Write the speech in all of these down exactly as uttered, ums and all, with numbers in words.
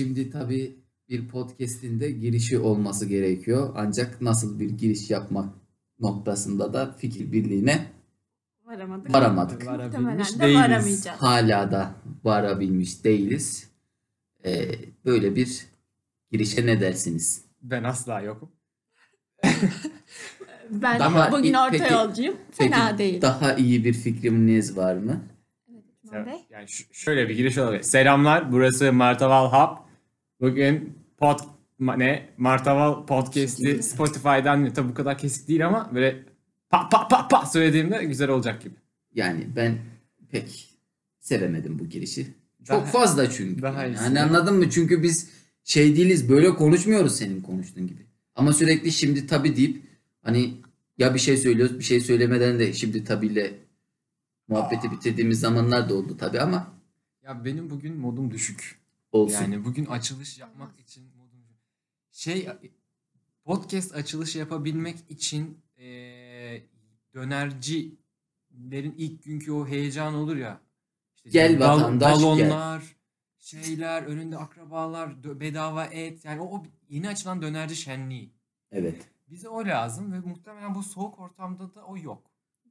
şimdi tabii bir podcast'in de girişi olması gerekiyor. Ancak nasıl bir giriş yapmak noktasında da fikir birliğine Varamadık. varamadık. Muhtemelen Varabilmiş de değiliz. varamayacağız. Hala da varabilmiş değiliz. Ee, böyle bir girişe ne dersiniz? Ben asla yokum. Ben Daha bugün iyi- orta peki- yolcuyum. Fena Peki değil. daha iyi bir fikriniz var mı? Osman Bey. Yani ş- şöyle bir giriş olabilir. Selamlar, burası Martaval Hub. Bugün pod ma- ne Martaval Podcast'i Spotify'dan, tabi bu kadar kesik değil ama böyle pa pa pa pa söylediğimde güzel olacak gibi. Yani ben pek sevemedim bu girişi. Çok Daha- fazla çünkü. daha yani. iyisi Hani yok. anladın mı? Çünkü biz şey değiliz, böyle konuşmuyoruz senin konuştuğun gibi. Ama sürekli şimdi tabii deyip hani ya bir şey söylüyoruz, bir şey söylemeden de şimdi tabiyle muhabbeti bitirdiğimiz zamanlar da oldu tabii ama Ya benim bugün modum düşük. olsun. Yani bugün açılış yapmak için modum düşük. Şey podcast açılışı yapabilmek için eee dönercilerin ilk günkü o heyecan olur ya. İşte Gel bal- vatandaş, gel. balonlar, şeyler, önünde akrabalar, dö- bedava et. Yani o, o yeni açılan dönerci şenliği. Evet. Bize o lazım ve muhtemelen bu soğuk ortamda da o yok.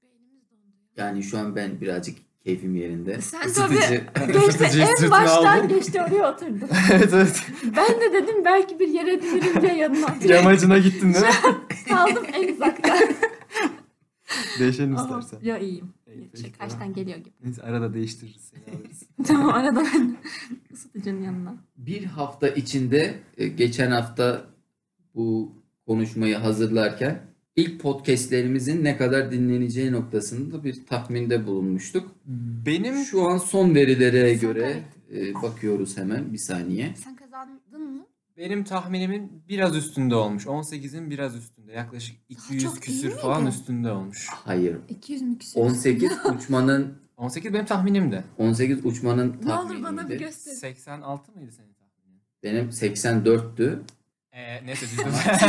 Yani şu an ben birazcık keyfim yerinde. Sen Isıtıcı- tabii geçti Isıtıcıyı en sırtına baştan aldın. geçti oraya oturdun. Evet evet. Ben de dedim belki bir yere edinirim diye yanına oturdum. Yamacına gittin değil mi? Kaldım en uzakta. Değişelim Ama istersen. ya iyiyim. İyi, Şey, peki, karşıdan tamam. geliyor gibi. Neyse arada değiştiririz seni alırız. Tamam arada ben ısıtıcının yanına. Bir hafta içinde e, geçen hafta bu konuşmayı hazırlarken ilk podcastlerimizin ne kadar dinleneceği noktasında bir tahminde bulunmuştuk. Benim Şu an son verilere Sen göre e, bakıyoruz hemen bir saniye. Sen kazandın mı? benim tahminimin biraz üstünde olmuş. on sekizin biraz üstünde. Yaklaşık iki yüz çok iyi küsür miydi? falan üstünde olmuş. Hayır. iki yüz mü küsür? on sekiz uçmanın on sekiz benim tahminimdi. on sekiz uçmanın Ne olur bana bir tahminiydi. göster. seksen altı mıydı senin tahminin? Benim seksen dörttü. Ee, neyse biz de...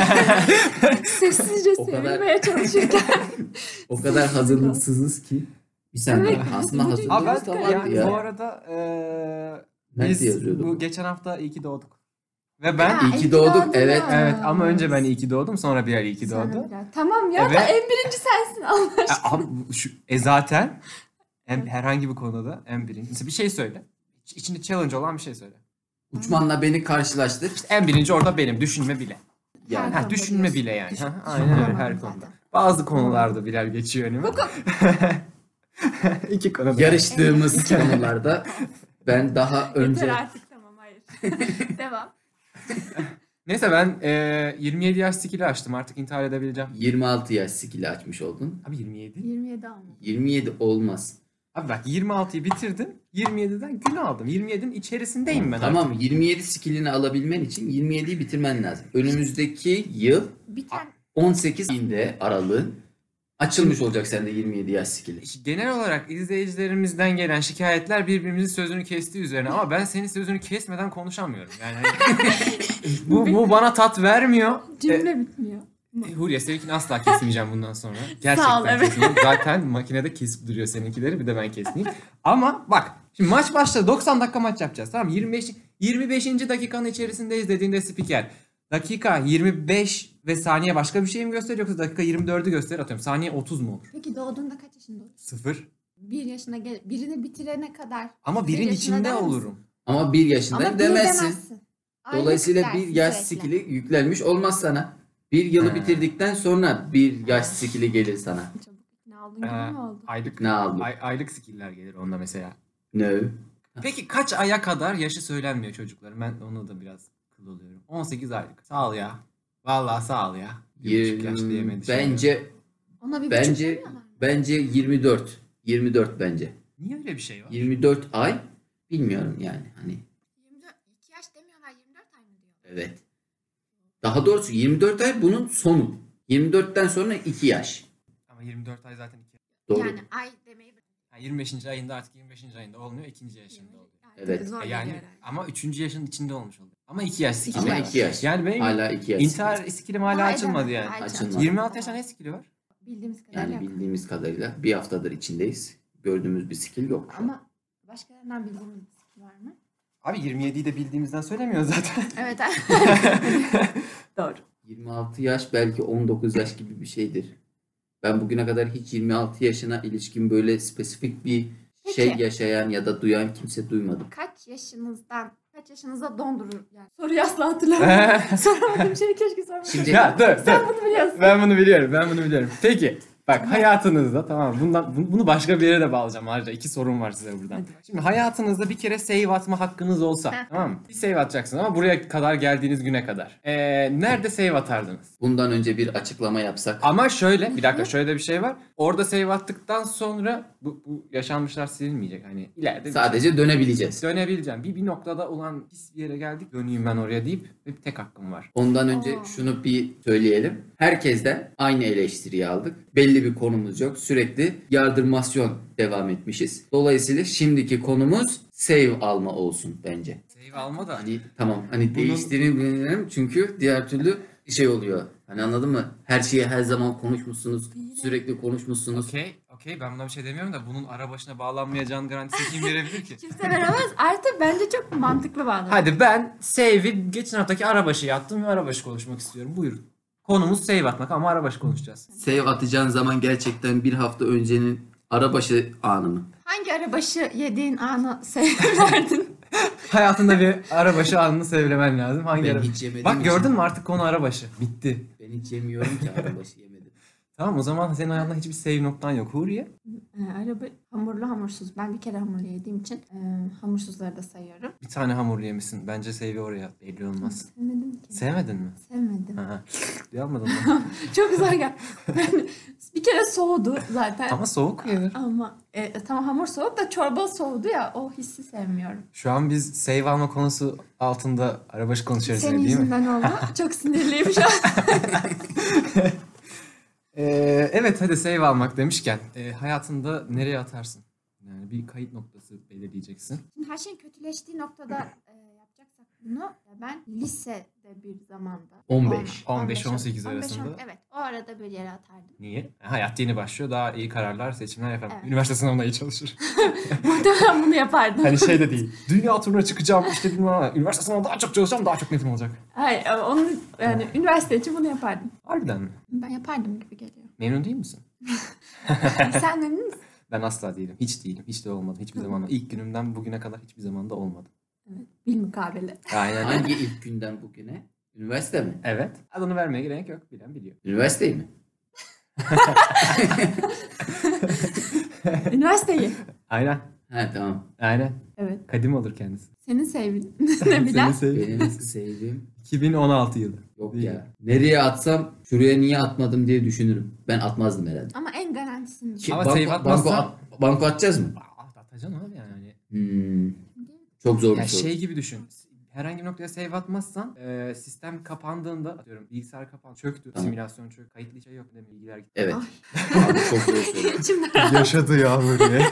Sessizce O kadar- sevinmeye çalışırken. O kadar hazırlıksızız ki. Bir saniye. Evet. Aslında Abi hazırlığımız Abi da ben vardı ya, ya. bu arada eee Nerede biz yazıyordu bu bu? geçen hafta iyi ki doğduk. Ve ben Ha, İyi ki iyi ki doğduk, doğdun evet. ya. evet ama önce ben iyi ki doğdum, sonra bir iyi ki Sonra doğdu. biraz. Tamam ya Evet. da en birinci sensin Allah E, aşkına. abi bu- şu, e zaten en, herhangi bir konuda en birinci. Mesela bir şey söyle. İç- İçinde challenge olan bir şey söyle. Uçmanla beni karşılaştır. En birinci orada benim. Düşünme bile. Yani Her Ha, konuda düşünme diyorsun. bile yani. Düşün- Ha, aynen öyle her Tamam, konuda. zaten. Bazı konularda birer geçiyor önüme. İki konuda. yarıştığımız konularda ben daha önce Yeter artık tamam hayır. Devam. Neyse ben eee yirmi yedi yaş skill'i açtım. Artık intihar edebileceğim. yirmi altı yaş skill'i açmış oldun. Abi yirmi yedi. yirmi yedi almış. yirmi yedi olmaz. Abi bak yirmi altıyı bitirdim. yirmi yediden gün aldım. yirmi yedinin içerisindeyim ben artık. Tamam, yirmi yedi skill'ini alabilmen için yirmi yediyi bitirmen lazım. Önümüzdeki yıl Bir tane on sekiz Ekim'de aralığın açılmış olacak sende yirmi yedi yaş skill'i. Genel olarak izleyicilerimizden gelen şikayetler birbirimizin sözünü kestiği üzerine ama ben senin sözünü kesmeden konuşamıyorum. Yani bu, bu bana tat vermiyor. cümle bitmiyor. E, Huriye seninkini asla kesmeyeceğim bundan sonra. Gerçekten Sağ ol, evet. kesmeyeyim. Zaten makinede kesip duruyor seninkileri, bir de ben kesmeyeyim. Ama bak şimdi maç başladı, doksan dakika maç yapacağız, tamam mı? yirmi beş yirmi beşinci dakikanın içerisindeyiz dediğinde spiker dakika yirmi beş ve saniye başka bir şey mi gösterir yoksa dakika yirmi dördü gösterir, atıyorum saniye otuz mu olur? Peki doğduğunda kaç yaşında olur? Sıfır. Bir yaşına gel, birini bitirene kadar. Ama bir birin yaşına içinde der misin? olurum. Ama bir yaşındayım Ama bir demezsin. demezsin. Aylık Dolayısıyla dersin bir yaş sürekli. skill'i yüklenmiş olmaz sana. Bir yılı He. bitirdikten sonra bir yaş skill'i gelir sana. Çabuk ikna oldun gibi Ee, mi oldu? aylık Ne aldım? ay- aylık skill'ler gelir onda mesela. No. Peki kaç aya kadar yaşı söylenmiyor çocukların? Ben onu da biraz kıl oluyorum. on sekiz aylık. Sağ ol ya. Vallahi sağ ol ya. Bir buçuk yaşta yemedi şey. Bence Ona bir buçuk bence demiyorlar mı? bence yirmi dört. yirmi dört bence. Niye öyle bir şey var? yirmi dört ay bilmiyorum yani hani yirmi dört, iki yaş demiyorlar yirmi dört ay mı diyor? evet. Daha doğrusu yirmi dört ay bunun sonu. yirmi dörtten sonra iki yaş. Ama yirmi dört ay zaten iki. Doğru. Yani ay demeyi Yani yirmi beşinci ayında artık yirmi beşinci ayında olmuyor, ikinci yaşında oluyor. Evet. Zor E geliyor yani herhalde. ama üçüncü yaşın içinde olmuş oluyor. Ama iki yaş skill'i Ama var. iki yaş. Yani benim Hala iki yaş. intihar skill'im hala Daha açılmadı edemez, yani. daha Açılmadı. yirmi altı yaşında ne skill'i var? Bildiğimiz kadarıyla Yani yok. bildiğimiz kadarıyla bir haftadır içindeyiz. Gördüğümüz bir skill yok. şu an. Ama başkalarından bildiğimiz bir skill var mı? Abi yirmi yediyi de bildiğimizden söylemiyor zaten. Evet. Doğru. yirmi altı yaş belki on dokuz yaş gibi bir şeydir. Ben bugüne kadar hiç yirmi altı yaşına ilişkin böyle spesifik bir Peki. şey yaşayan ya da duyan kimse duymadım. Kaç yaşınızdan kaç yaşınıza dondurur yani? Soruyu asla hatırlamıyorum. Soramadığım şeyi keşke sormasaydım. Şimdi Ya dur Sen dur. bunu biliyorsun. Ben bunu biliyorum. Ben bunu biliyorum. Peki. Bak hayatınızda tamam bundan bu- bunu başka bir yere de bağlayacağım ayrıca. İki sorun var size buradan. Hadi. Şimdi hayatınızda bir kere save atma hakkınız olsa Heh. tamam mı? Bir save atacaksın ama buraya kadar geldiğiniz güne kadar. Ee, nerede save atardınız? bundan önce bir açıklama yapsak. Ama şöyle bir dakika şöyle de bir şey var. Orada save attıktan sonra bu, bu yaşanmışlar silinmeyecek. Hani ileride bir Sadece dönebileceğiz. şey dönebileceğim. Bir, bir noktada ulan pis bir yere geldik döneyim ben oraya deyip ve bir tek hakkım var. Ondan önce Aa. şunu bir söyleyelim. Herkesten aynı eleştiriyi aldık. Belli bir konumuz yok. Sürekli yardırmasyon devam etmişiz. Dolayısıyla şimdiki konumuz save alma olsun bence. Save alma da Hani tamam hani değiştirebilirim çünkü diğer türlü şey oluyor. Hani anladın mı? Her şeyi her zaman konuşmuşsunuz. Sürekli konuşmuşsunuz. okey okey ben buna bir şey demiyorum da bunun ara başına bağlanmayacağını garantisi kim verebilir ki? Kimse veremez. Artık bence çok mantıklı bağlı. Hadi ben save'i geçen haftaki arabaşı yaptım ve arabaşı konuşmak istiyorum. Buyurun. Konumuz save atmak ama arabaşı konuşacağız. Save atacağın zaman gerçekten bir hafta öncenin arabaşı anı mı? Hangi arabaşı yediğin anı severdin? Hayatında bir arabaşı anını sevlemen lazım. Hangi Ben araba? hiç yemedim. Bak gördün mü artık konu arabaşı. Bitti. Ben hiç yemiyorum ki arabaşı yemedim. Tamam o zaman senin hayatında hiçbir save noktan yok. Huriye. Ee, araba hamurlu hamursuz. Ben bir kere hamurlu yediğim için e, hamursuzları da sayıyorum. Bir tane hamur yemişsin. Bence save'i oraya at. Belli olmaz. Sevmedim ki. Sevmedin mi? Sevmedim. Ha. Duyalmadın mı? Çok güzel gel. Ben, bir kere soğudu zaten. Ama soğuk yenir. Ama e, tamam hamur soğuk da çorba soğudu ya o hissi sevmiyorum. Şu an biz save alma konusu altında arabaşı konuşuyoruz yine, Senin değil mi? yüzünden oldu. Çok sinirliyim şu an. Ee, evet hadi save almak demişken e, hayatında nereye atarsın? Yani bir kayıt noktası belirleyeceksin. Şimdi her şeyin kötüleştiği noktada e, yapacaksak bunu ben lisede bir zamanda. on beş. on beş on sekiz on beş, arasında. on- Evet o arada bir yere atardım. Niye? Hayat yeni başlıyor. Daha iyi kararlar, seçimler yapar. Evet. Üniversite sınavında iyi çalışır. Muhtemelen bunu yapardım. Hani şey de değil. Dünya turuna çıkacağım işte bilmem ama üniversite sınavında daha çok çalışacağım daha çok netim olacak. Hayır ama onu yani üniversite için bunu yapardım. Harbiden mi? Ben yapardım gibi geliyor. Memnun değil misin? Sen memnun musun? Ben asla değilim. Hiç değilim. Hiç de olmadı. Hiçbir zaman. İlk günümden bugüne kadar hiçbir zaman da olmadı. Evet. Bil mukabele. Aynen öyle. Hangi ilk günden bugüne? Üniversite mi? Evet. Adını vermeye gerek yok. Bilen biliyor. Üniversite mi? Üniversiteyi. Aynen. Ha tamam. Aynen. Evet. Kadim olur kendisi. Senin sevgilin. Ne bilen? Seni sevdim. Benim sevdiğim iki bin on altı yılı. yok Değil. ya. Nereye atsam şuraya niye atmadım diye düşünürüm. Ben atmazdım herhalde. Ama en garantisini düşün. Ki Ama banko, save banko, atmazsan- at- banko atacağız mı? Aa, atacaksın abi yani. Hmm, çok zor bir Ya soru. şey gibi düşün. Herhangi bir noktaya save atmazsan e, sistem kapandığında atıyorum bilgisayar kapan çöktü. Tamam. Simülasyon çöktü. Kayıtlı şey yok değil mi? Bilgiler gitti. Evet. Ay. Abi çok zor soru. İçimden. Yaşadı ya böyle.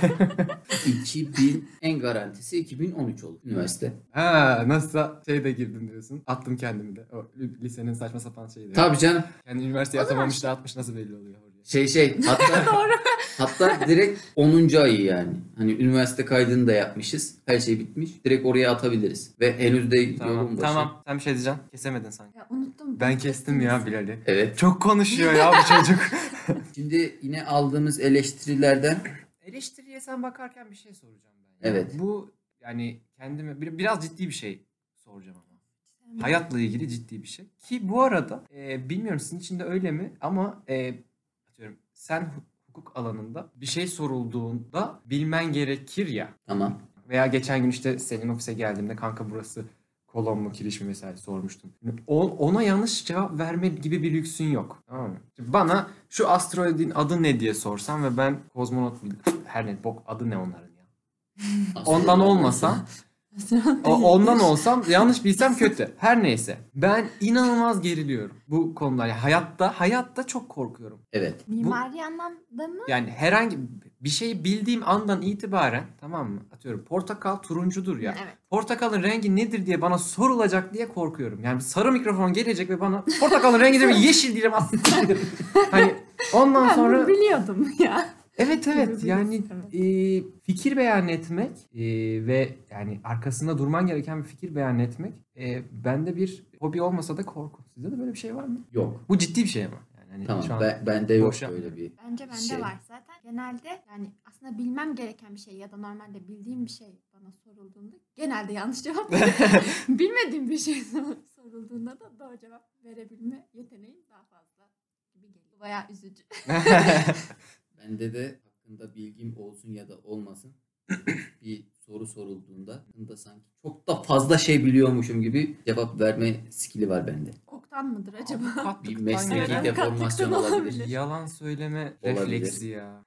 iki bin en garantisi iki bin on üç oldu üniversite. Ha nasılsa şeyde girdim diyorsun. Attım kendimi de. O lisenin saçma sapan şeydi. Tabii canım. Kendi üniversiteye O zaman atamamış da atmış nasıl belli oluyor oraya. Şey şey hatta Doğru. hatta direkt onuncu ayı yani. Hani üniversite kaydını da yapmışız. Her şey bitmiş. Direkt oraya atabiliriz. Ve henüz de Tamam. yolun başı. Tamam. Sen bir şey diyeceksin. Kesemedin sanki. Ya unuttum. Ben kestim ya Bilal'i. Evet. Çok konuşuyor ya bu çocuk. Şimdi yine aldığımız eleştirilerden Eleştiriye sen bakarken bir şey soracağım ben. Evet. Bu yani kendime bir- biraz ciddi bir şey soracağım ama. Hayatla ilgili ciddi bir şey. Ki bu arada e, bilmiyorum sizin için de öyle mi ama e, atıyorum sen hu- hukuk alanında bir şey sorulduğunda bilmen gerekir ya. tamam. Veya geçen gün işte senin ofise geldiğimde kanka burası kolon mu kiriş mi vesaire sormuştum. O- ona yanlış cevap verme gibi bir lüksün yok. Tamam mı? Bana şu asteroidin adı ne diye sorsam ve ben kozmonot bil- her ne bok adı ne onların ya. Ondan olmasa o, ondan olsam yanlış bilsem kötü. Her neyse. Ben inanılmaz geriliyorum bu konuda. Yani hayatta hayatta çok korkuyorum. Evet. Mimari anlamda mı? Yani herhangi bir şeyi bildiğim andan itibaren tamam mı? Atıyorum portakal turuncudur ya. Evet. Portakalın rengi nedir diye bana sorulacak diye korkuyorum. Yani bir sarı mikrofon gelecek ve bana portakalın rengi de yeşil diyeceğim aslında. Hani ondan Ben sonra bunu biliyordum ya. Evet evet bir- yani evet. e, fikir beyan etmek e, ve yani arkasında durman gereken bir fikir beyan etmek e, bende bir hobi olmasa da korku. Sizde de böyle bir şey var mı? Yok. Bu ciddi bir şey ama. Yani hani Tamam. şu an Ben, bende yok boş böyle yapmıyorum. bir Bence bende şey. var zaten. Genelde yani aslında bilmem gereken bir şey ya da normalde bildiğim bir şey bana sorulduğunda genelde yanlış cevap veriyorum. Bilmediğim bir şey sorulduğunda da doğru cevap verebilme yeteneğim daha fazla gibi geliyor. Bu bayağı üzücü. Bende de hakkında bilgim olsun ya da olmasın bir soru sorulduğunda hakkında sanki çok da fazla şey biliyormuşum gibi cevap verme skili var bende. Oktan mıdır acaba? Bir Avukatlıktan mesleki Evet, gelen deformasyon avukatlıktan olabilir. olabilir. yalan söyleme Olabilir. refleksi ya.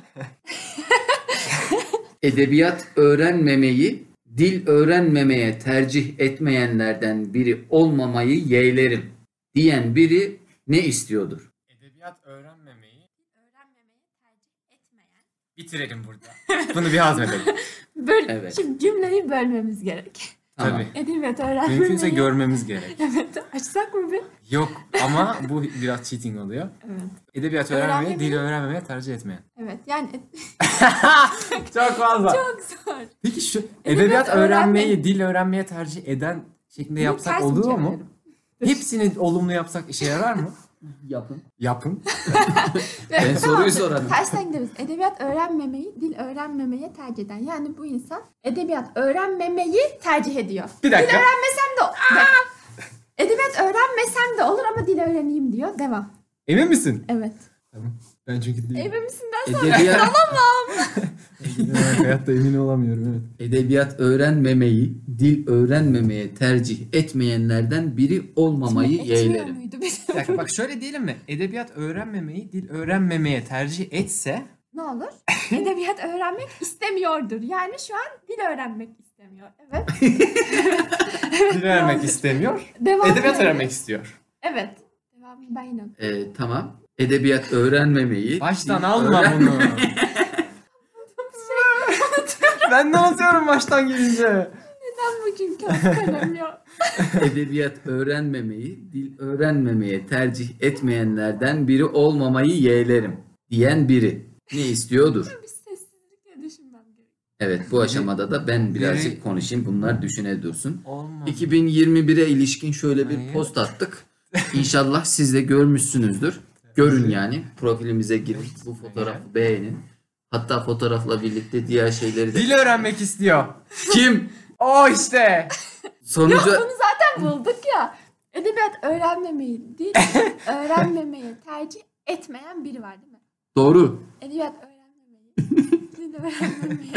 Edebiyat öğrenmemeyi, dil öğrenmemeye tercih etmeyenlerden biri olmamayı yeğlerim diyen biri ne istiyordur? Edebiyat öğrenmemeyi Öğrenmemeyi tercih etmeyen. bitirelim burada. Bunu bir hazmedelim. Böl Evet. Şimdi cümleyi bölmemiz gerek. Tamam. Tabii. Edebiyat öğrenmemeyi. Mümkünse görmemiz gerek. Evet. Açsak mı bir? Yok ama bu biraz cheating oluyor. Evet. Edebiyat öğrenmeyi, Öğrenmemeyi- dil öğrenmemeye tercih etmeyen. Evet. Yani Çok fazla. çok zor. Peki şu Edebiyat edebiyat öğrenmeyi, öğrenmeyi- dil öğrenmeye tercih eden şeklinde Bunu yapsak ters mi oluyor mu? çevirelim? Hepsini olumlu yapsak işe yarar mı? Yapın. Yapın. Ben soruyu sorarım. Tersten gideriz. Edebiyat öğrenmemeyi, dil öğrenmemeye tercih eden. Yani bu insan edebiyat öğrenmemeyi tercih ediyor. Bir dakika. Öğrenmesem de Bak, edebiyat öğrenmesem de olur ama dil öğreneyim diyor. Devam. Emin misin? Evet. Tamam. Ben çünkü değilim. Emin misin ben? Edebiyat, Ben hayatta emin olamıyorum evet. edebiyat öğrenmemeyi, dil öğrenmemeye tercih etmeyenlerden biri olmamayı Etmiyor yeğlerim. muydu Bir bizim? dakika bak şöyle diyelim mi? Edebiyat öğrenmemeyi, dil öğrenmemeye tercih etse Ne olur? Edebiyat öğrenmek istemiyordur. Yani şu an dil öğrenmek istemiyor. Evet. dil öğrenmek istemiyor. Devam Edebiyat edelim. öğrenmek istiyor. Evet. Devamını ben inanıyorum. Ee, tamam. Edebiyat öğrenmemeyi, Baştan dil alma öğren- bunu. Ben ne yazıyorum baştan gelince? Neden bugün kağıt kalem yok? edebiyat öğrenmemeyi, dil öğrenmemeye tercih etmeyenlerden biri olmamayı yeğlerim diyen biri ne istiyordur? Bir sessizlikle düşünmem gerekiyor. Evet, bu aşamada da ben birazcık Biri- konuşayım. Bunlar düşüne dursun. Olmaz. iki bin yirmi bire ilişkin şöyle bir Hayır. post attık. İnşallah siz de görmüşsünüzdür. Görün yani. Profilimize girin. Bu fotoğrafı beğenin. Hatta fotoğrafla birlikte diğer şeyleri de. Dil öğrenmek istiyor. Kim? O işte. Sonucu Bunu zaten bulduk ya. Edebiyat öğrenmemeyi, dil öğrenmemeyi tercih etmeyen biri var değil mi? doğru. Edebiyat öğrenmemeyi, dil öğrenmemeyi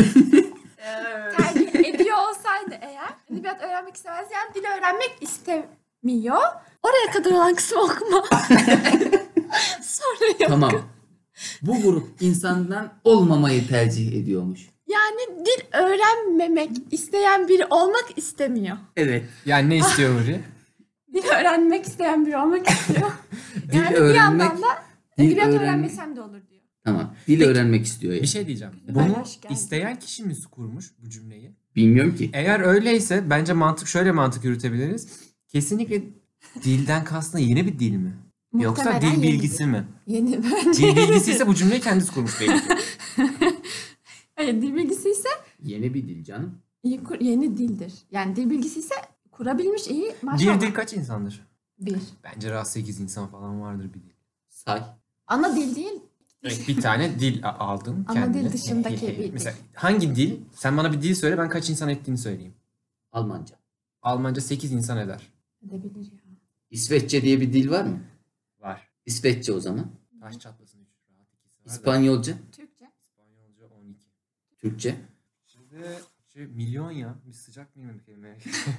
tercih ediyor olsaydı eğer, edebiyat öğrenmek istemez yani dil öğrenmek istemiyor. Oraya kadar olan kısmı okuma. Sonra yok. Tamam. Bu grup insandan olmamayı tercih ediyormuş. Yani dil öğrenmemek isteyen biri olmak istemiyor. Evet. Yani ne istiyor Huri? Dil öğrenmek isteyen biri olmak istiyor. Dil yani bir öğrenmek, yandan da dil edebiyat öğrenmek- öğrenmesem de olur diyor. Tamam. Dil Peki, öğrenmek istiyor ya. Bir şey diyeceğim. Güzel Bunu hoş geldin. isteyen kişi mi kurmuş bu cümleyi? Bilmiyorum ki. Eğer öyleyse bence mantık şöyle mantık yürütebiliriz. Kesinlikle dilden kastı yeni bir dil mi? Yoksa Muhtemelen dil yeni bilgisi bir- mi? Yeni bence. Dil bilgisi ise bu cümleyi kendisi kurmuş belli ki. Hayır, dil bilgisi ise Yeni bir dil canım. iyi kur- yeni dildir. Yani dil bilgisi ise kurabilmiş iyi maşallah. Bir dil kaç insandır? Bir. Bence rahat sekiz insan falan vardır bir dil. Say. Ana dil değil. Evet, bir tane dil a- aldın Ama kendine. dil dışındaki bir dil. Mesela hangi dil? Sen bana bir dil söyle ben kaç insan ettiğini söyleyeyim. Almanca. Almanca sekiz insan eder. Edebilir ya. İsveççe diye bir dil var mı? Var. İsveççe o zaman. Taş çatlasın üç rahat ikisi var da. İspanyolca, Türkçe. İspanyolca on iki. Türkçe. Şimdi şey, milyon ya. Bir sıcak mıyım bir kelime?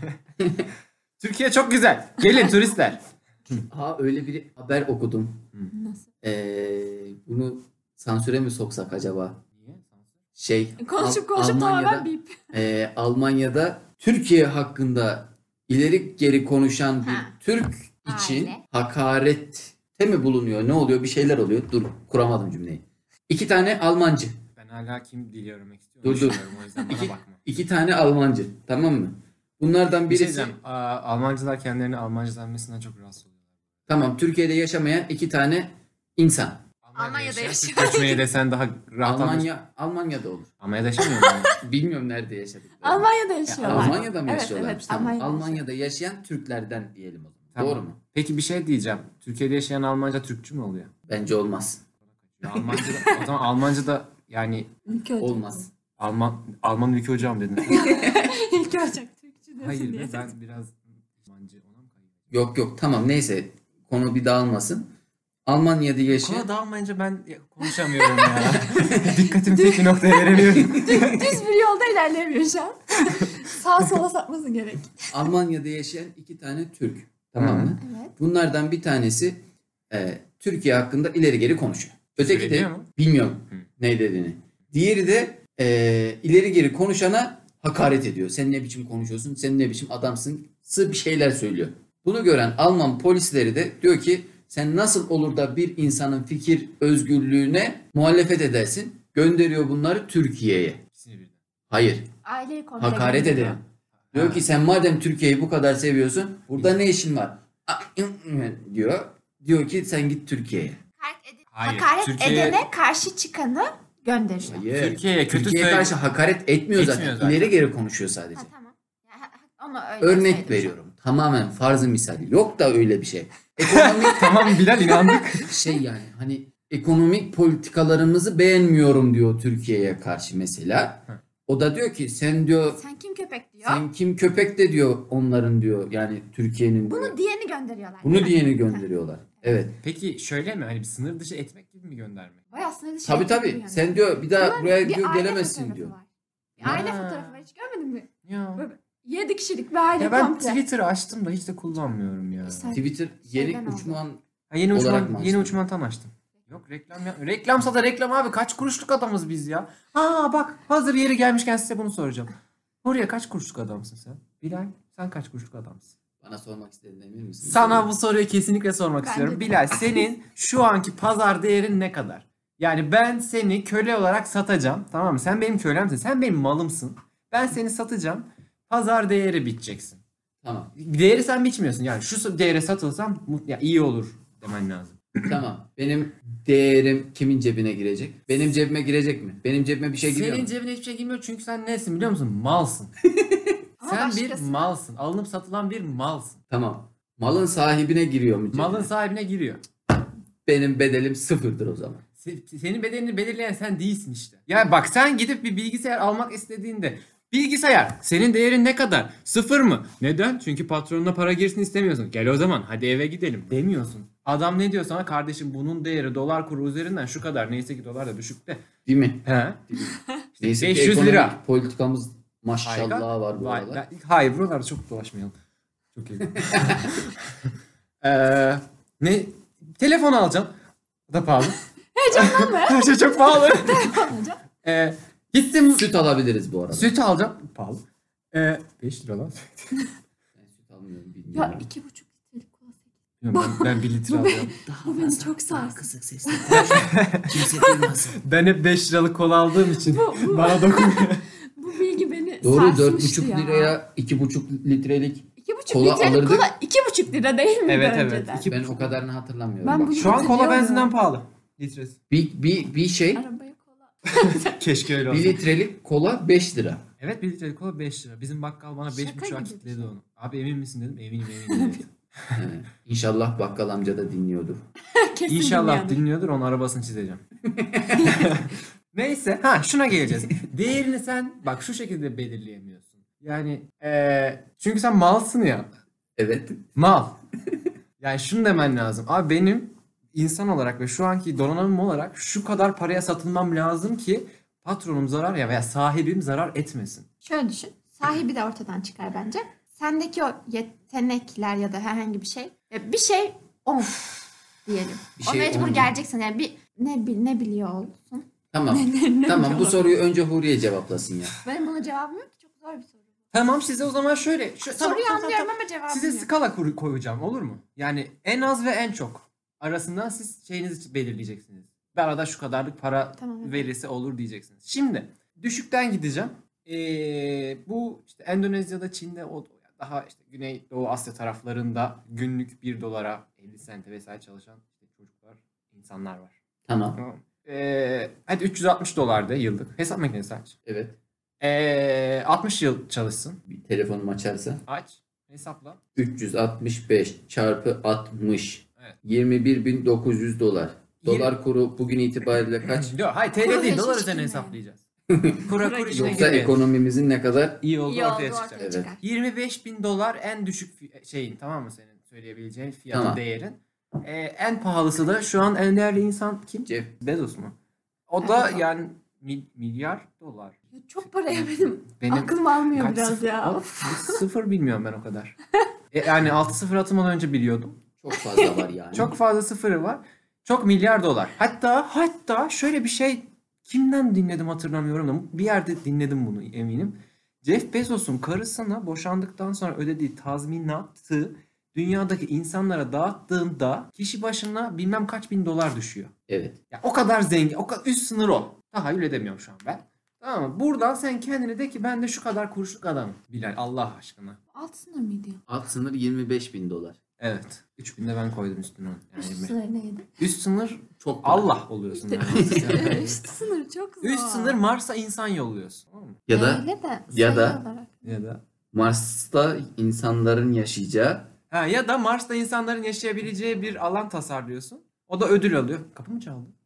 Türkiye çok güzel. Gelin turistler. Ha öyle bir haber okudum. Nasıl? Ee, bunu sansüre mi soksak acaba? Niye? Şey, Konuşup Al- konuşup tamamen Almanya'da, bip. e, Almanya'da Türkiye hakkında ileri geri konuşan bir Ha. Türk için Aile. hakarette mi bulunuyor? Ne oluyor? Bir şeyler oluyor. Dur, kuramadım cümleyi. İki tane Almancı. Ben hala kim dil öğrenmek istiyorum. Dur, dur. düşünüyorum, O yüzden bana İki, bakma. iki tane Almancı. Tamam mı? Bunlardan Bir şey birisi diyeceğim. Aa, Almancılar kendilerini Almanca denmesinden çok rahatsız oluyorlar. tamam Türkiye'de yaşamayan iki tane insan. Almanca Almanya'da yaşayan Türk yaşıyor. göçmeni desen daha rahat anlaşılır. Almanya Almanya'da olur. Almanya'da yaşamıyor mu? Bilmiyorum nerede yaşadıklarını. Almanya'da yaşıyorlar. Almanya'da mı Evet, yaşıyorlarmış? evet, Tamam. Almanya'da Almanya'da yaşayan Türklerden diyelim o zaman. Tamam. Doğru mu? Peki bir şey diyeceğim. Türkiye'de yaşayan Almanca Türkçü mü oluyor? Bence olmaz. Ya Almanca da, o zaman Almanca da yani İlk Ocak. Olmaz. Alman Alman ülke hocam dedin. İlk Ocak Türkçü desin Hayır diye. be, ben biraz Almanca ona mı kayıyorum? Yok yok tamam neyse konu bir dağılmasın. Almanya'da yaşayan Konu dağılmayınca ben konuşamıyorum ya. Dikkatimi tek bir noktaya veremiyorum. Düz bir yolda ilerleyemiyor şu an. Sağa sola sapması gerek. Almanya'da yaşayan iki tane Türk. Tamam mı? Evet. Bunlardan bir tanesi e, Türkiye hakkında ileri geri konuşuyor. Öteki de Söyleniyor mu? bilmiyorum Hı. ne dediğini. Diğeri de e, ileri geri konuşana hakaret ediyor. Sen ne biçim konuşuyorsun? Sen ne biçim adamsın? Sı bir şeyler söylüyor. Bunu gören Alman polisleri de diyor ki sen nasıl olur da bir insanın fikir özgürlüğüne muhalefet edersin? Gönderiyor bunları Türkiye'ye. İkisini birden. Hayır. Aileyi komple Hakaret gönderiyor. ederim. Diyor Ha. ki sen madem Türkiye'yi bu kadar seviyorsun burada ne işin var? Diyor. Diyor ki sen git Türkiye'ye. Hakaret, edi- Hayır, hakaret Türkiye- edene karşı çıkanı gönderiyor. Hayır. Türkiye'ye kötü Türkiye'ye söyle- karşı hakaret etmiyor zaten. Etmiyor zaten. İleri geri konuşuyor sadece. Ha, tamam. Ya, ha- ha- onu öyle Örnek söyledim. veriyorum. Tamamen farzı misali. Yok da öyle bir şey. Ekonomik Tamam Bilal inandık. şey yani hani ekonomik politikalarımızı beğenmiyorum diyor Türkiye'ye karşı mesela. Hı. O da diyor ki sen diyor Sen kim köpek diyor. sen kim köpek de diyor onların diyor yani Türkiye'nin diyor. Bunu diyeni gönderiyorlar. Bunu değil mi? diyeni gönderiyorlar. Evet. Peki şöyle mi? Hani bir sınır dışı etmek gibi mi göndermek? Bayağı sınırlı şey Tabii gibi tabii. yani. Sen diyor bir daha Bunun buraya bir diyor aile gelemezsin fotoğrafı diyor. var. Bir aile Ha. fotoğrafı var. Hiç görmedin mi? Ya. Böyle yedi kişilik bir aile Ya ben komple. Twitter'ı açtım da hiç de kullanmıyorum ya. Sen- Twitter yeni Şeyden oldu. uçman Ha, yeni olarak uçman, mı yeni açtın? uçmantan açtım. Yok reklam ya. Reklamsa da reklam abi. Kaç kuruşluk adamız biz ya. Aa bak hazır yeri gelmişken size bunu soracağım. Oraya kaç kuruşluk adamsın sen? Bilal sen kaç kuruşluk adamsın? bana sormak istediğine emin misin? Sana bu soruyu kesinlikle sormak Bence istiyorum. de. Bilal senin şu anki pazar değerin ne kadar? Yani ben seni köle olarak satacağım. Tamam mı? Sen benim kölemsin. Sen benim malımsın. Ben seni satacağım. Pazar değeri biçeceksin. Tamam. Değeri sen biçmiyorsun. Yani şu değere satılsam mut- ya iyi olur demen lazım. Tamam. Benim değerim kimin cebine girecek? Benim cebime girecek mi? Benim cebime bir şey giriyor Senin mu? cebine hiçbir şey girmiyor çünkü sen nesin biliyor musun? Malsın. Ama Sen bir başkasına- malsın. Alınıp satılan bir malsın. Tamam. Malın sahibine giriyor mu cebine? Malın sahibine giriyor. Benim bedelim sıfırdır o zaman. Se- Senin bedenini belirleyen sen değilsin işte. Yani bak sen gidip bir bilgisayar almak istediğinde bilgisayar senin değerin ne kadar? Sıfır mı? Neden? Çünkü patronuna para girsin istemiyorsun. Gel o zaman hadi eve gidelim demiyorsun. Adam ne diyor sana? Kardeşim bunun değeri dolar kuru üzerinden şu kadar. Neyse ki dolar da düşükte. Değil mi? He? Neyse beş ki yüz lira. ekonomik politikamız maşallah Harika. var bu Vay, aralar. ben- hayır buralarda çok dolaşmayalım. Çok iyi. Ee, ne? Telefon alacağım. O da pahalı. Heyecanlanma. Her şey çok pahalı. Hocam. Ee, gittim Süt alabiliriz bu arada. süt alacağım. Pahalı. Ee, beş lira lan. Ben süt almıyorum Ya bilmiyorum. iki buçuk litrelik kola sekiz. Bilmiyorum, ben, ben bir litre alıyorum. Bu beni çok sarsın. Kısık sesle konuş. Kimse duymasın. Ben hep beş liralık kola aldığım için Bu- bu- bana dokunmuyor. Bu bilgi beni Doğru sarsmıştı dört buçuk ya. liraya iki buçuk litrelik. İki buçuk kola litrelik alırdık. kola iki buçuk lira değil miydi Evet, evet. önceden? İki- Ben o kadarını hatırlamıyorum. Ben Bak, bunu- Şu an kola Hatırlıyorum. benzinden pahalı. Litresi. bir, bir, bir şey Arabaya kola. Keşke öyle bir olsa. litrelik kola beş lira. Evet bir litrelik kola beş lira. Bizim bakkal bana beş Şaka buçuğa gibi bir kilitledi şey. onu. Abi emin misin dedim. Eminim eminim dedi. He. İnşallah bakkal amca da dinliyordur. Kesin İnşallah dinliyordur. dinliyordur. Onun arabasını çizeceğim. Neyse. Ha şuna geleceğiz. Değerini sen bak şu şekilde belirleyemiyorsun. Yani eee, çünkü sen malsın ya. Evet. Mal. Yani şunu demen lazım. Abi benim insan olarak ve şu anki donanımım olarak şu kadar paraya satılmam lazım ki patronum zarar ya veya sahibim zarar etmesin. Şöyle düşün. Sahibi de ortadan çıkar bence. Sendeki o yetenekler ya da herhangi bir şey. ya Bir şey on diyelim. Bir o şey mecbur on. geleceksin. Yani bir ne bil ne biliyor olsun. Tamam. Ne- ne Tamam biliyor bu olsun. soruyu önce Huriye cevaplasın ya. Benim buna cevabım yok ki. Çok zor bir soru. Tamam size o zaman şöyle. Şu, tamam, Soruyu tamam, anlıyorum tamam. ama cevabım Size yok. skala kur- koyacağım olur mu? Yani en az ve en çok arasından siz şeyinizi belirleyeceksiniz. Bir arada şu kadarlık para Tamam, evet. verirse olur diyeceksiniz. Şimdi düşükten gideceğim. Ee, bu işte Endonezya'da, Çin'de o daha işte Güney Doğu Asya taraflarında günlük bir dolara elli sente vesaire çalışan işte çocuklar, insanlar var. Tamam. Tamam. Ee, hadi üç yüz altmış dolar de yıllık. Hesap makinesi aç. Evet. Ee, altmış yıl çalışsın. Bir telefonum açarsa. Aç. Hesapla. üç yüz altmış beş çarpı altmış. Evet. yirmi bir bin dokuz yüz dolar. Yirmi- Dolar kuru bugün itibariyle kaç? Yok, hayır T L Kuru değil, dolar hiç üzerine bilmiyorum. hesaplayacağız. Kura kur işine Yoksa girmeyelim. ekonomimizin ne kadar? İyi oldu İyi ortaya oldu çıkacak. ortaya Evet. çıkar. yirmi beş bin dolar en düşük fi- şeyin, tamam mı, senin söyleyebileceğin fiyatı, Tamam. değerin. Ee, en pahalısı da şu an en değerli insan kim? Jeff. Bezos mu? O da Evet. yani mi- milyar dolar. Ya çok paraya benim, Benim aklım almıyor kaç biraz sıfır- ya. O- sıfır bilmiyorum ben o kadar. E, yani altı sıfır atmadan önce biliyordum. Çok fazla var yani. Çok fazla sıfırı var. Çok milyar dolar. Hatta hatta şöyle bir şey, kimden dinledim hatırlamıyorum da bir yerde dinledim bunu eminim. Jeff Bezos'un karısına boşandıktan sonra ödediği tazminatı dünyadaki insanlara dağıttığında kişi başına bilmem kaç bin dolar düşüyor. Evet. Ya o kadar zengin, o kadar üst sınır o. Tahayyül edemiyorum şu an ben. Tamam mı? Buradan sen kendine de ki ben de şu kadar kuruşluk adamım. Bilal, Allah aşkına. Alt sınır mıydı ya? Alt sınır yirmi beş bin dolar. Evet. üç bin de ben koydum üstüne. Yani Üst yirmi. sınır neydi? Üst sınır Çok para. Allah oluyorsun yani. Üst sınır çok zor. Üst sınır Mars'a insan yolluyorsun. Tamam mı? Ya da Öyle de ya da- sayı olarak. Ya da Mars'ta insanların yaşayacağı ha, ya da Mars'ta insanların yaşayabileceği bir alan tasarlıyorsun. O da ödül alıyor. Kapı mı çaldı?